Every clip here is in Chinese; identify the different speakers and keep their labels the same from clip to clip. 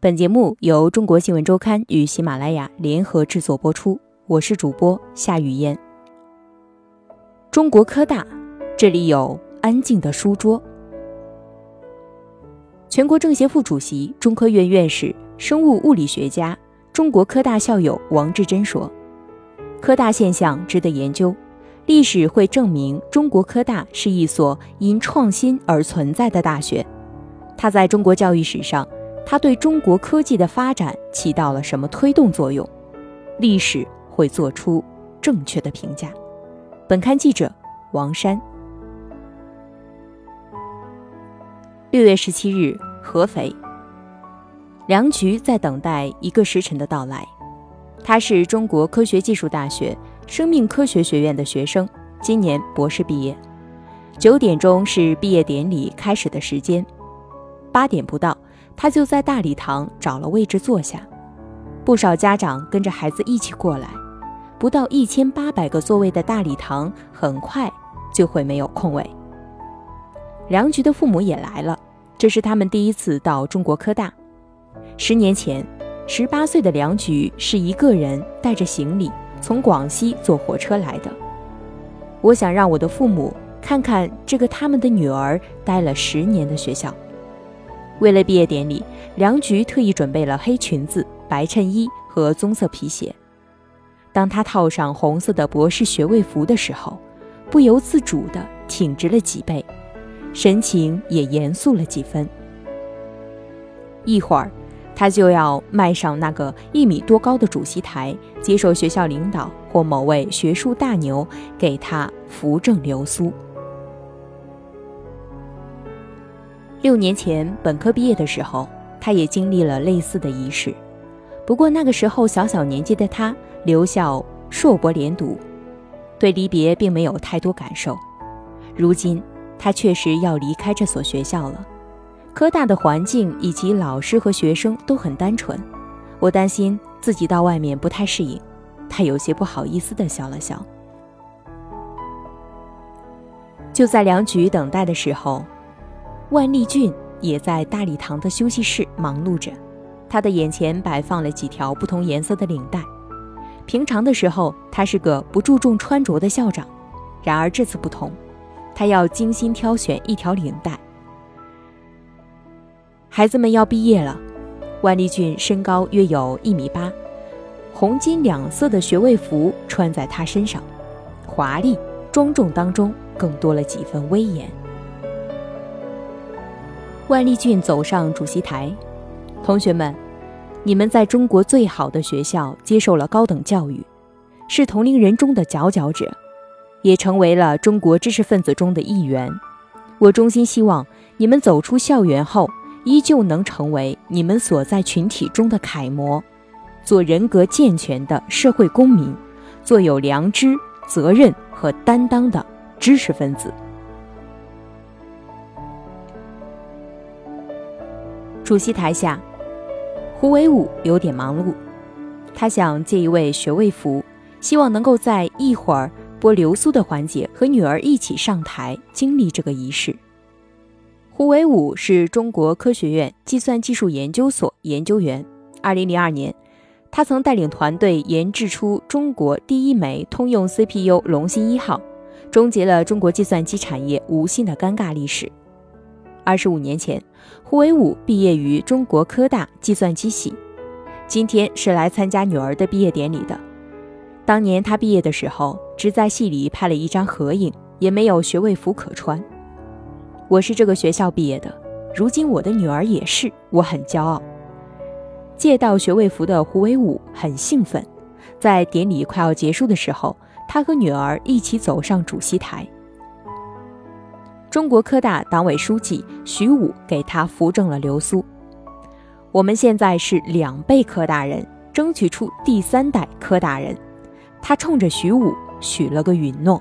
Speaker 1: 本节目由中国新闻周刊与喜马拉雅联合制作播出，我是主播夏雨嫣。中国科大，这里有安静的书桌。全国政协副主席、中科院院士、生物物理学家、中国科大校友王志珍说，科大现象值得研究，历史会证明中国科大是一所因创新而存在的大学。它在中国教育史上，它对中国科技的发展起到了什么推动作用？历史会做出正确的评价。本刊记者王珊。6月17日，合肥，梁菊在等待一个时辰的到来。他是中国科学技术大学生命科学学院的学生，今年博士毕业。9点钟是毕业典礼开始的时间，8点不到，他就在大礼堂找了位置坐下。不少家长跟着孩子一起过来，不到1800个座位的大礼堂很快就会没有空位。梁菊的父母也来了，这是他们第一次到中国科大。10年前，18岁的梁菊是一个人带着行李从广西坐火车来的。我想让我的父母看看这个他们的女儿待了10年的学校。为了毕业典礼，梁菊特意准备了黑裙子、白衬衣和棕色皮鞋。当她套上红色的博士学位服的时候，不由自主地挺直了脊背，神情也严肃了几分。一会儿，他就要迈上那个1米多高的主席台，接受学校领导或某位学术大牛给他扶正流苏。6年前本科毕业的时候，他也经历了类似的仪式。不过那个时候小年纪的他留校硕博连读，对离别并没有太多感受。如今他确实要离开这所学校了。科大的环境以及老师和学生都很单纯，我担心自己到外面不太适应。他有些不好意思地笑了笑。就在梁菊等待的时候，万立俊也在大礼堂的休息室忙碌着，他的眼前摆放了几条不同颜色的领带。平常的时候，他是个不注重穿着的校长，然而这次不同，他要精心挑选一条领带。孩子们要毕业了，万立俊身高约有1.8米，红金2色的学位服穿在他身上，华丽庄重当中更多了几分威严。万立俊走上主席台，同学们，你们在中国最好的学校接受了高等教育，是同龄人中的佼佼者，也成为了中国知识分子中的一员。我衷心希望你们走出校园后，依旧能成为你们所在群体中的楷模，做人格健全的社会公民，做有良知、责任和担当的知识分子。主席台下，胡惟武有点忙碌，他想借一位学位服，希望能够在一会儿拨流苏的环节和女儿一起上台经历这个仪式。胡惟武是中国科学院计算技术研究所研究员。2002年，他曾带领团队研制出中国第一枚通用 CPU 龙芯1号，终结了中国计算机产业无芯的尴尬历史。25年前，胡惟武毕业于中国科大计算机系，今天是来参加女儿的毕业典礼的。当年他毕业的时候，只在系里拍了一张合影，也没有学位服可穿。我是这个学校毕业的，如今我的女儿也是，我很骄傲。借到学位服的胡惟武很兴奋，在典礼快要结束的时候，他和女儿一起走上主席台。中国科大党委书记徐武给他扶正了流苏。我们现在是2辈科大人，争取出第3代科大人。他冲着徐武许了个允诺。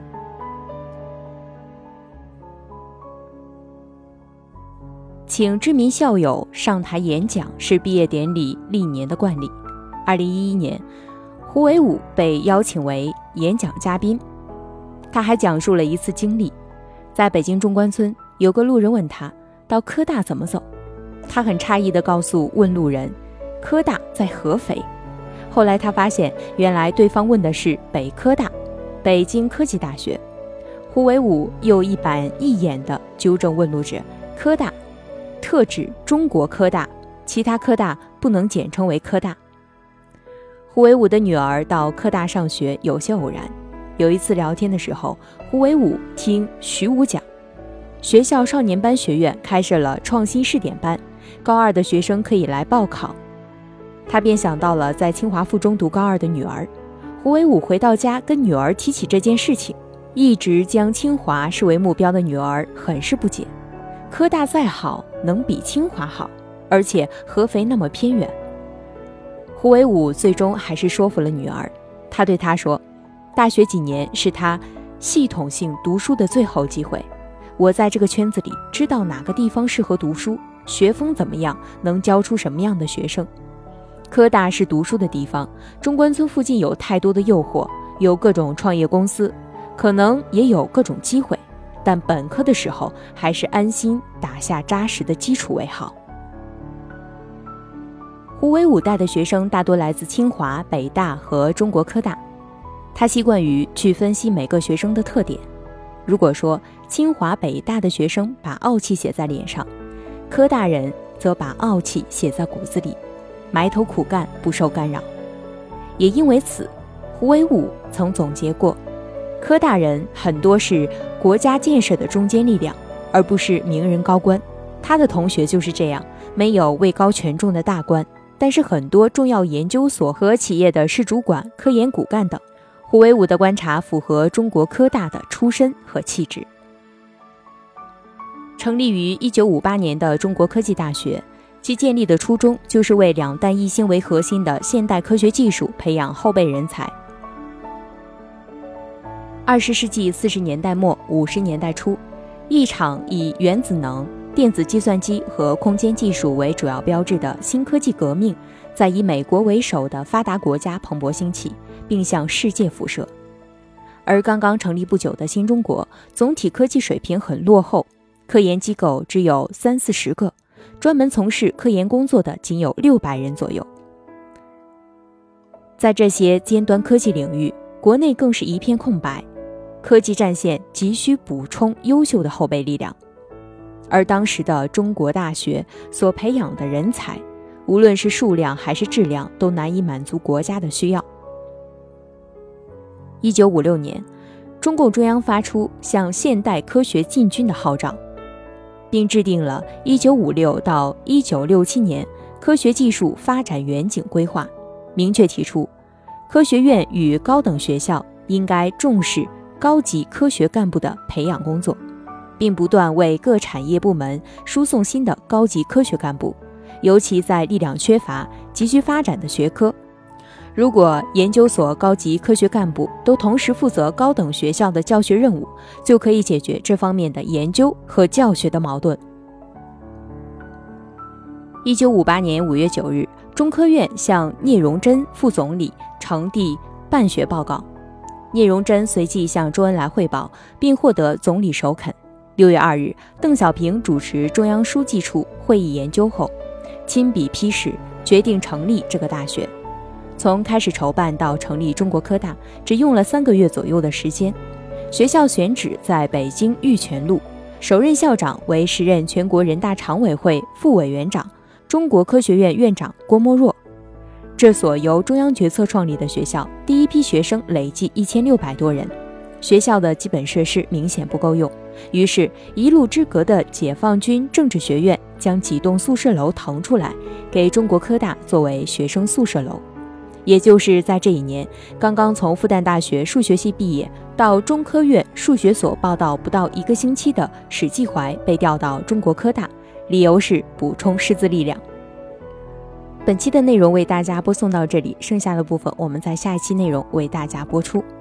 Speaker 1: 请知名校友上台演讲是毕业典礼历年的惯例。2011年，胡惟武被邀请为演讲嘉宾。他还讲述了一次经历，在北京中关村，有个路人问他到科大怎么走， 他很诧异地告诉问路人，科大在合肥。后来他发现，原来对方问的是北科大，北京科技大学。胡惟武又一板一眼地纠正问路者，科大特指中国科大，其他科大不能简称为科大。胡惟武的女儿到科大上学有些偶然，有一次聊天的时候，胡惟武听徐武讲，学校少年班学院开设了创新试点班，高二的学生可以来报考。他便想到了在清华附中读高二的女儿。胡惟武回到家跟女儿提起这件事情，一直将清华视为目标的女儿很是不解，科大再好能比清华好，而且合肥那么偏远。胡惟武最终还是说服了女儿，他对她说，大学几年是他系统性读书的最后机会，我在这个圈子里知道哪个地方适合读书，学风怎么样，能教出什么样的学生。科大是读书的地方，中关村附近有太多的诱惑，有各种创业公司，可能也有各种机会，但本科的时候还是安心打下扎实的基础为好。胡惟武带的学生大多来自清华、北大和中国科大，他习惯于去分析每个学生的特点。如果说清华、北大的学生把傲气写在脸上，科大人则把傲气写在骨子里，埋头苦干，不受干扰。也因为此，胡惟武曾总结过，科大人很多是国家建设的中坚力量，而不是名人高官。他的同学就是这样，没有位高权重的大官，但是很多重要研究所和企业的市主管、科研骨干等。胡惟武的观察符合中国科大的出身和气质。成立于1958年的中国科技大学，其建立的初衷就是为两弹一星为核心的现代科学技术培养后备人才。20世纪40年代末50年代初，一场以原子能、电子计算机和空间技术为主要标志的新科技革命，在以美国为首的发达国家蓬勃兴起，并向世界辐射。而刚刚成立不久的新中国，总体科技水平很落后，科研机构只有30-40个，专门从事科研工作的仅有600人左右。在这些尖端科技领域，国内更是一片空白，科技战线急需补充优秀的后备力量。而当时的中国大学所培养的人才，无论是数量还是质量，都难以满足国家的需要。1956年，中共中央发出向现代科学进军的号召，并制定了1956到1967年科学技术发展远景规划，明确提出，科学院与高等学校应该重视高级科学干部的培养工作，并不断为各产业部门输送新的高级科学干部，尤其在力量缺乏、急需发展的学科。如果研究所高级科学干部都同时负责高等学校的教学任务，就可以解决这方面的研究和教学的矛盾。1958年5月9日，中科院向聂荣臻副总理呈递办学报告，聂荣臻随即向周恩来汇报，并获得总理首肯。6月2日，邓小平主持中央书记处会议研究后，亲笔批示，决定成立这个大学。从开始筹办到成立中国科大，只用了3个月左右的时间。学校选址在北京玉泉路，首任校长为时任全国人大常委会副委员长、中国科学院院长郭沫若。这所由中央决策创立的学校，第一批学生累计1600多人，学校的基本设施明显不够用，于是一路之隔的解放军政治学院将几栋宿舍楼腾出来，给中国科大作为学生宿舍楼。也就是在这一年，刚刚从复旦大学数学系毕业到中科院数学所报到不到1个星期的史继怀被调到中国科大，理由是补充师资力量。本期的内容为大家播送到这里，剩下的部分我们在下一期内容为大家播出。